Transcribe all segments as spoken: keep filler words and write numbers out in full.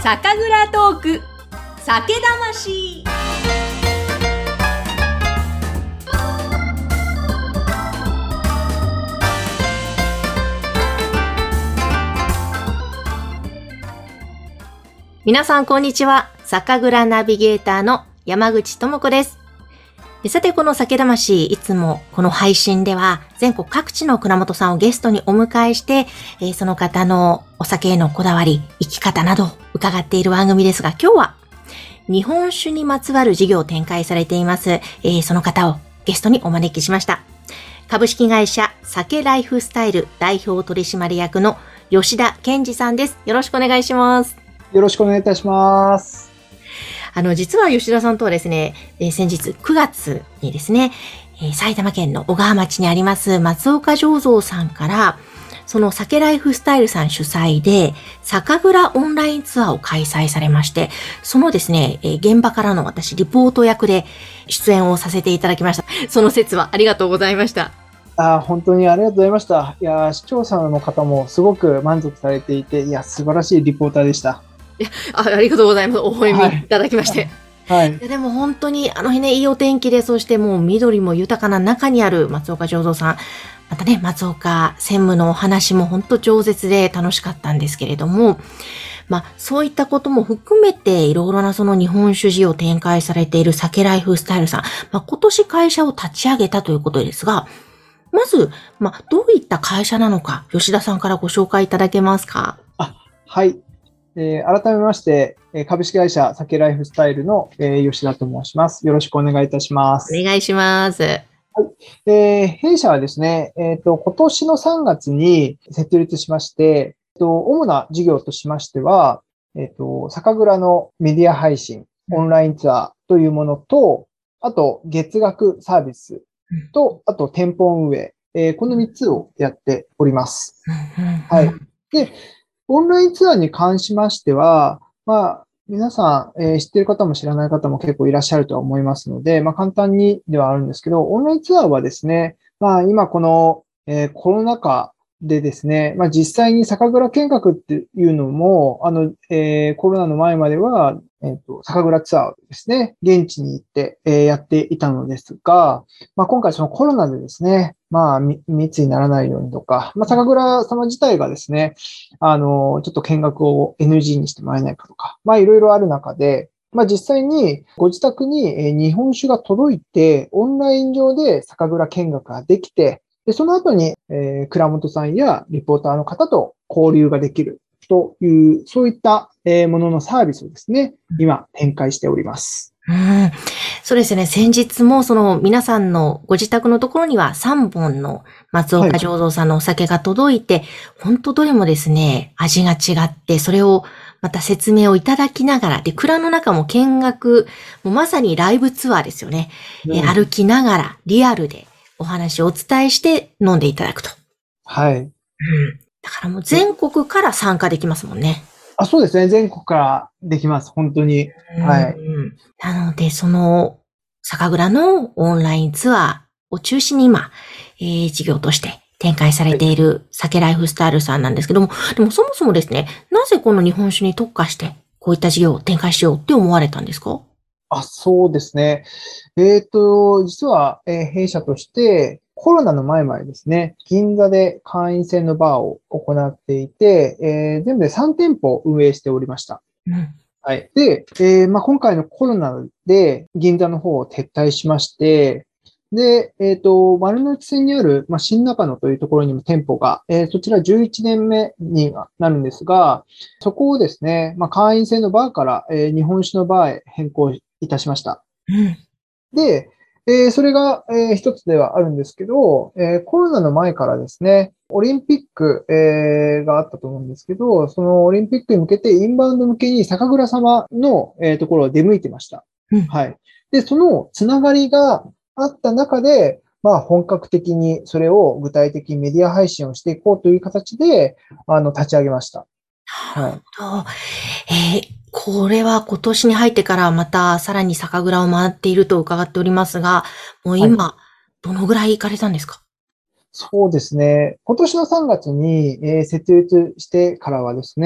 酒蔵トーク酒魂。皆さんこんにちは。酒蔵ナビゲーターの山口智子です。さてこの酒魂、いつもこの配信では全国各地の蔵元さんをゲストにお迎えして、えー、その方のお酒へのこだわり、生き方などを伺っている番組ですが、今日は日本酒にまつわる事業を展開されています、えー、その方をゲストにお招きしました。株式会社酒ライフスタイル代表取締役の吉田健二さんです。よろしくお願いします。 よろしくお願いいたします。 あの、実は吉田さんとはですね、えー、先日くがつにですね、えー、埼玉県の小川町にあります松岡醸造さんから、その酒ライフスタイルさん主催で、酒蔵オンラインツアーを開催されまして、そのですね、えー、現場からの私、リポート役で出演をさせていただきました。その説はありがとうございました。 あ、本当にありがとうございました。いや、視聴者の方もすごく満足されていて、いや、素晴らしいリポーターでした。 あ, ありがとうございます。お褒めいただきまして。 はい。はい、 いやでも本当にあの日ね、いいお天気で、そしてもう緑も豊かな中にある松岡醸造さん。またね、松岡専務のお話も本当饒舌で楽しかったんですけれども、まあそういったことも含めていろいろなその日本酒事業を展開されている酒ライフスタイルさん。まあ今年会社を立ち上げたということですが、まず、まあどういった会社なのか、吉田さんからご紹介いただけますか？ あ、はい。えー、改めまして、株式会社酒ライフスタイルの、えー、吉田と申します。よろしくお願いいたします。 お願いします。はい。 えー、弊社はですね、えっと、今年のさんがつに設立しまして、えっと、主な事業としましては、えっと、酒蔵のメディア配信、オンラインツアーというものと、あと、月額サービスと、あと、店舗運営、えー、このみっつをやっております。はい。で、オンラインツアーに関しましては、まあ、皆さん、えー、知っている方も知らない方も結構いらっしゃるとは思いますので、まあ、簡単にではあるんですけど、オンラインツアーはですね、まあ、今この、えー、コロナ禍でですね、まあ、実際に酒蔵見学っていうのも、あの、えー、コロナの前までは、えっと、酒蔵ツアーをですね、現地に行って、えー、やっていたのですが、まあ、今回そのコロナでですね、まあ、密にならないようにとか、まあ、酒蔵様自体がですね、あの、ちょっと見学を エヌジー にしてもらえないかとか、まあ、いろいろある中で、まあ、実際にご自宅に日本酒が届いて、オンライン上で酒蔵見学ができて、で、その後に、えー、蔵元さんやリポーターの方と交流ができるという、そういった、えー、もののサービスをですね、今展開しております。 うん、そうですね。先日もその皆さんのご自宅のところにはさんぼんの松岡醸造さんのお酒が届いて、はい、本当どれもですね、味が違って、それをまた説明をいただきながら、で、蔵の中も見学、もうまさにライブツアーですよね。うん、え歩きながらリアルでお話をお伝えして飲んでいただくと。 はい。 うん。だからもう全国から参加できますもんね。 あ、そうですね。全国からできます。本当に。はい。 なので、その、酒蔵のオンラインツアーを中心に今、えー、事業として展開されている酒ライフスタイルさんなんですけども、でもそもそもですね、なぜこの日本酒に特化して、こういった事業を展開しようって思われたんですか？ あ、そうですね。えっと、実は、えー、弊社として、コロナの前までですね、銀座で会員制のバーを行っていて、えー、全部でさんてんぽ運営しておりました。 うん、 はい。で、えー、まあ、今回のコロナで銀座の方を撤退しまして、で、えっと、丸の内線にある、まあ、新中野というところにも店舗が、えー、そちらじゅういちねんめになるんですが、そこをですね、まあ、会員制のバーから、えー、日本酒のバーへ変更いたしました。 うん、 で、えー、それが、えー、一つではあるんですけど、えー、コロナの前からですね、オリンピック、えー、があったと思うんですけど、そのオリンピックに向けてインバウンド向けに酒蔵様の、えー、ところを出向いてました。 うん、 はい。で、そのつながりがあった中で、まあ本格的にそれを具体的にメディア配信をしていこうという形で、あの、立ち上げました。 なるほど。えー、これは今年に入ってからまたさらに酒蔵を回っていると伺っておりますが、もう今、はい、どのぐらい行かれたんですか？ そうですね。今年のさんがつに、えー、設立してからはですね、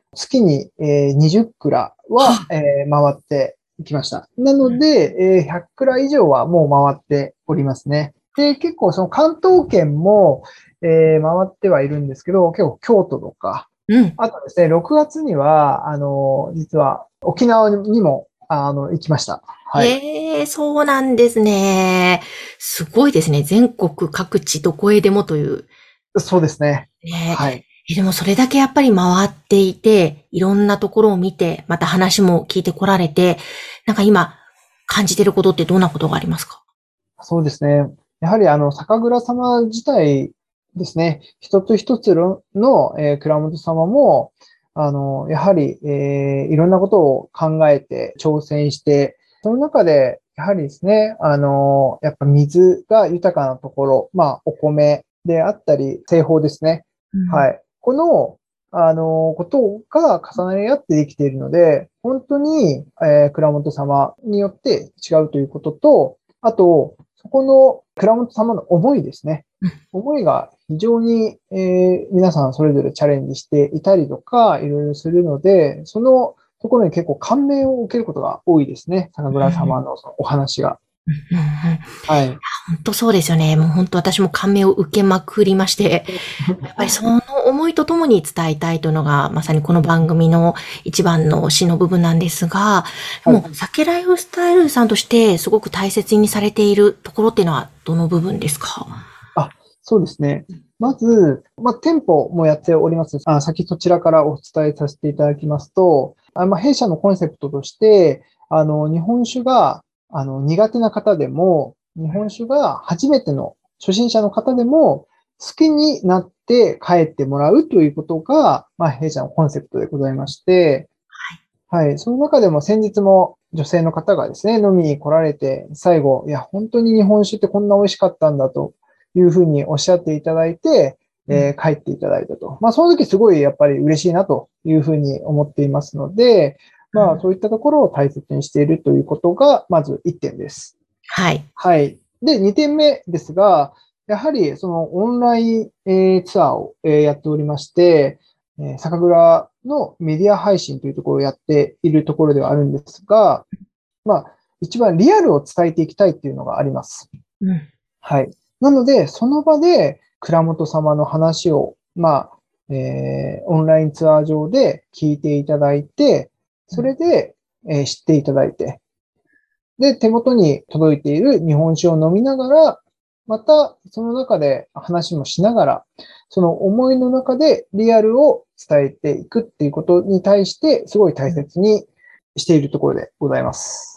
月に、えー、にじゅっくらは、えー、回ってきました。なので、えー、ひゃっくら以上はもう回っておりますね。で、結構その関東圏も、えー、回ってはいるんですけど、結構京都とか、 うん。 あとですね、ろくがつには、あの、実は沖縄にも、あの、行きました。はい。 へえ、そうなんですね。すごいですね。全国各地どこへでもという。 そうですね。 ねはい。 え、でもそれだけやっぱり回っていて、いろんなところを見て、また話も聞いてこられて、なんか今感じてることってどんなことがありますか？ そうですね。やはりあの、酒蔵様自体ですね、一つ一つの、のえー蔵元様も、あの、やはり、えーいろんなことを考えて挑戦して、その中で、やはりですね、あの、やっぱ水が豊かなところ、まあ、お米であったり、製法ですね。 うん。 はい。この、あの、ことが重なり合ってできているので、本当に、えー蔵元様によって違うということと、あと、そこの蔵元様の思いですね。思いが非常に、えー皆さんそれぞれチャレンジしていたりとか、いろいろするので、そのところに結構感銘を受けることが多いですね。酒蔵様のそのお話が。 うんうんうん。 はい。 本当そうですよね。もう本当私も感銘を受けまくりまして、やっぱりその思いとともに伝えたいというのが、まさにこの番組の一番の詩の部分なんですが、 はい。 もう、酒ライフスタイルさんとしてすごく大切にされているところっていうのはどの部分ですか？ あ、そうですね。まず、まあ、店舗もやっております。あ、先そちらからお伝えさせていただきますと、あ、まあ、弊社のコンセプトとして、あの、日本酒が、あの、苦手な方でも、日本酒が初めての初心者の方でも、好きになって帰ってもらうということが、まあ、弊社のコンセプトでございまして、はい。その中でも先日も女性の方がですね、飲みに来られて、最後、いや、本当に日本酒ってこんな美味しかったんだというふうにおっしゃっていただいて、えー帰っていただいたと。まあ、その時すごいやっぱり嬉しいなというふうに思っていますので、まあ、そういったところを大切にしているということが、まずいってんです。 はい。 はい。で、にてんめですが、やはりそのオンライン、えーツアーを、えーやっておりまして、えー酒蔵のメディア配信というところをやっているところではあるんですが、まあ、一番リアルを伝えていきたいっていうのがあります。 うん。 はい。なので、その場で蔵元様の話を、まあ、えーオンラインツアー上で聞いていただいて、それで、えー知っていただいて、で、手元に届いている日本酒を飲みながら、また、その中で話もしながら、その思いの中でリアルを伝えていくっていうことに対して、すごい大切にしているところでございます。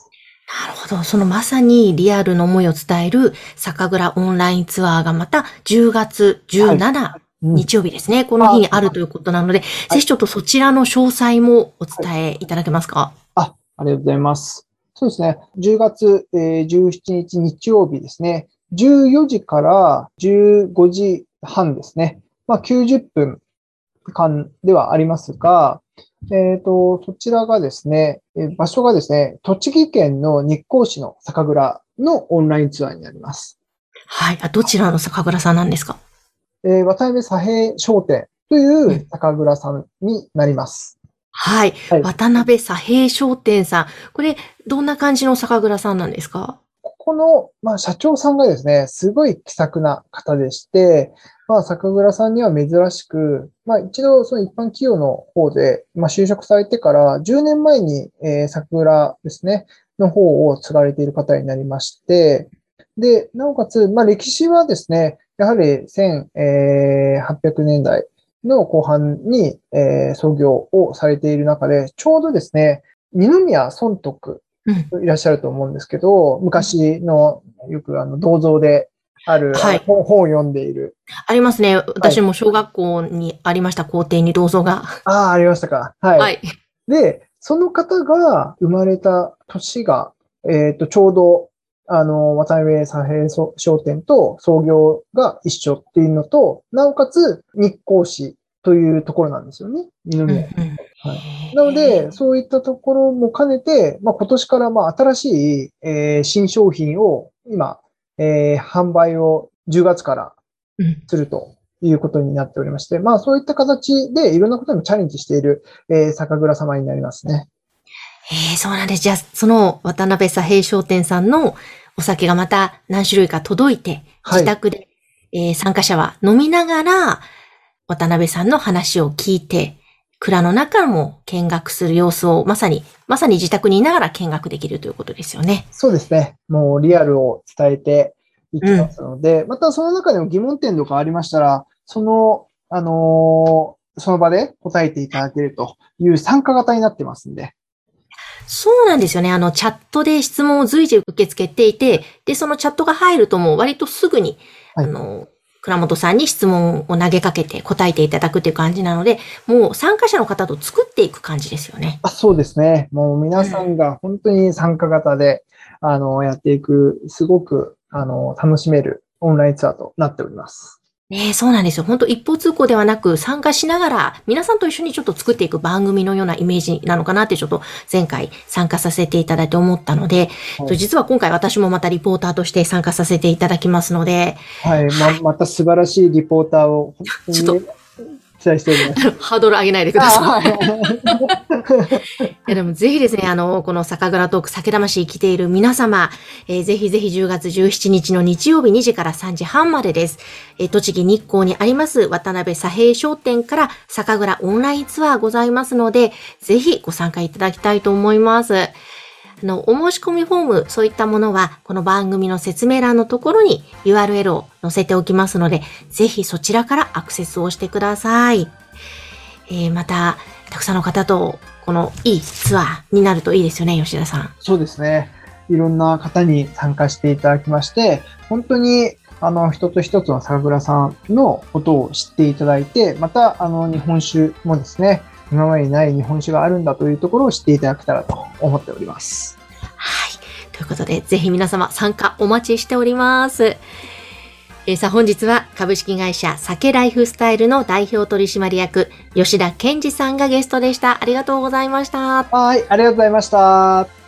なるほど。そのまさにリアルの思いを伝える酒蔵オンラインツアーがまたじゅうがつはい。 じゅうしちにちうん。 日曜日ですね。この日あ、 にあるということなので、 はい。 ぜひちょっとそちらの詳細もおはい。 伝えいただけますか？ あ、ありがとうございます。そうですね。じゅうがつえーじゅうしちにち日曜日ですね。じゅうよじからじゅうごじはんですね。まあ、きゅうじゅっぷん間ではありますが、えっと、そちらがですね、え場所がですね、栃木県の日光市の酒蔵のオンラインツアーになります。 はい。あ、どちらの酒蔵さんなんですか？ えー渡辺左平商店というん。 う酒蔵さんになります。 はい。 はい。 渡辺左平商店さん。これ、どんな感じの酒蔵さんなんですか？ ここの、まあ、社長さんがですね、すごい気さくな方でして、まあ、酒蔵さんには珍しく、まあ、一度その一般企業の方で、まあ、就職されてからじゅうねんまえに、えー、酒蔵ですね、の方を継がれている方になりまして、で、なおかつ、まあ、歴史はですね、やはりせんはっぴゃくねんだいの後半に、えー創業をされている中で、ちょうどですね、二宮尊徳うん。 いらっしゃると思うんですけど、昔のよくあの銅像であるあはい。 の本本を読んでいる。 ありますね。 はい。 私も小学校にありました校庭に銅像が。 ああ、ありましたか。はい。 はい。 で、その方が生まれた年が、えっと、ちょうど、あの、渡辺左平商店と創業が一緒っていうのと、なおかつ日光市というところなんですよね。二うんう宮。 ん。 はい。なので、そういったところも兼ねて、まあ、今年からまあ新しい、えー新商品を今、えー販売をじゅうがつからうん。 するということになっておりまして、まあそういった形でいろんなことにもチャレンジしている、えー、酒蔵様になりますね。 ええ、そうなんです。じゃあ、その渡辺佐平商店さんのお酒がまた何種類か届いて、 はい。 自宅で、えー参加者は飲みながら、渡辺さんの話を聞いて、蔵の中も見学する様子をまさに、まさに自宅にいながら見学できるということですよね。 そうですね。もうリアルを伝えていきまうん。 すので、またその中でも疑問点とかありましたら、その、あのーその場で答えていただけるという参加型になってますんで。 そうなんですよね。あの、チャットで質問を随時受け付けていて、で、そのチャットが入るともう割とすぐに、 はい。 あの、倉本さんに質問を投げかけて答えていただくっていう感じなので、もう参加者の方と作っていく感じですよね。 あ、そうですね。もう皆さうん。 んが本当に参加型で、あの、やっていく、すごく、あの、楽しめるオンラインツアーとなっております。 ねえ、そうなんですよ。本当一方通行ではなく、参加しながら、皆さんと一緒にちょっと作っていく番組のようなイメージなのかなって、ちょっと前回参加させていただいて思ったので、 はい。 実は今回私もまたリポーターとして参加させていただきますので、 はい。ま、 はい。 また素晴らしいリポーターを本当にちょっと、 期待しております。 ハードル上げないでください。 あ、はい。 いやでもぜひですね、あの、この酒蔵トーク酒魂来ている皆様、えーぜひぜひじゅうがつじゅうしちにちの日曜日にじからさんじはんまでです。えー栃木日光にあります渡辺佐平商店から酒蔵オンラインツアーございますので、ぜひご参加いただきたいと思います。あの、お申し込みフォーム、そういったものは、この番組の説明欄のところに ユーアールエル を載せておきますので、ぜひそちらからアクセスをしてください。えーまた、たくさんの方と、このいいツアーになるといいですよね、吉田さん。 そうですね。いろんな方に参加していただきまして、本当に、あの、一つ一つの酒蔵さんのことを知っていただいて、また、あの、日本酒もですね、今までにない日本酒があるんだというところを知っていただけたらと思っております。 はい。ということで、ぜひ皆様参加お待ちしております。えーさあ本日は株式会社酒ライフスタイルの代表取締役、吉田健二さんがゲストでした。ありがとうございました。 はい、ありがとうございました。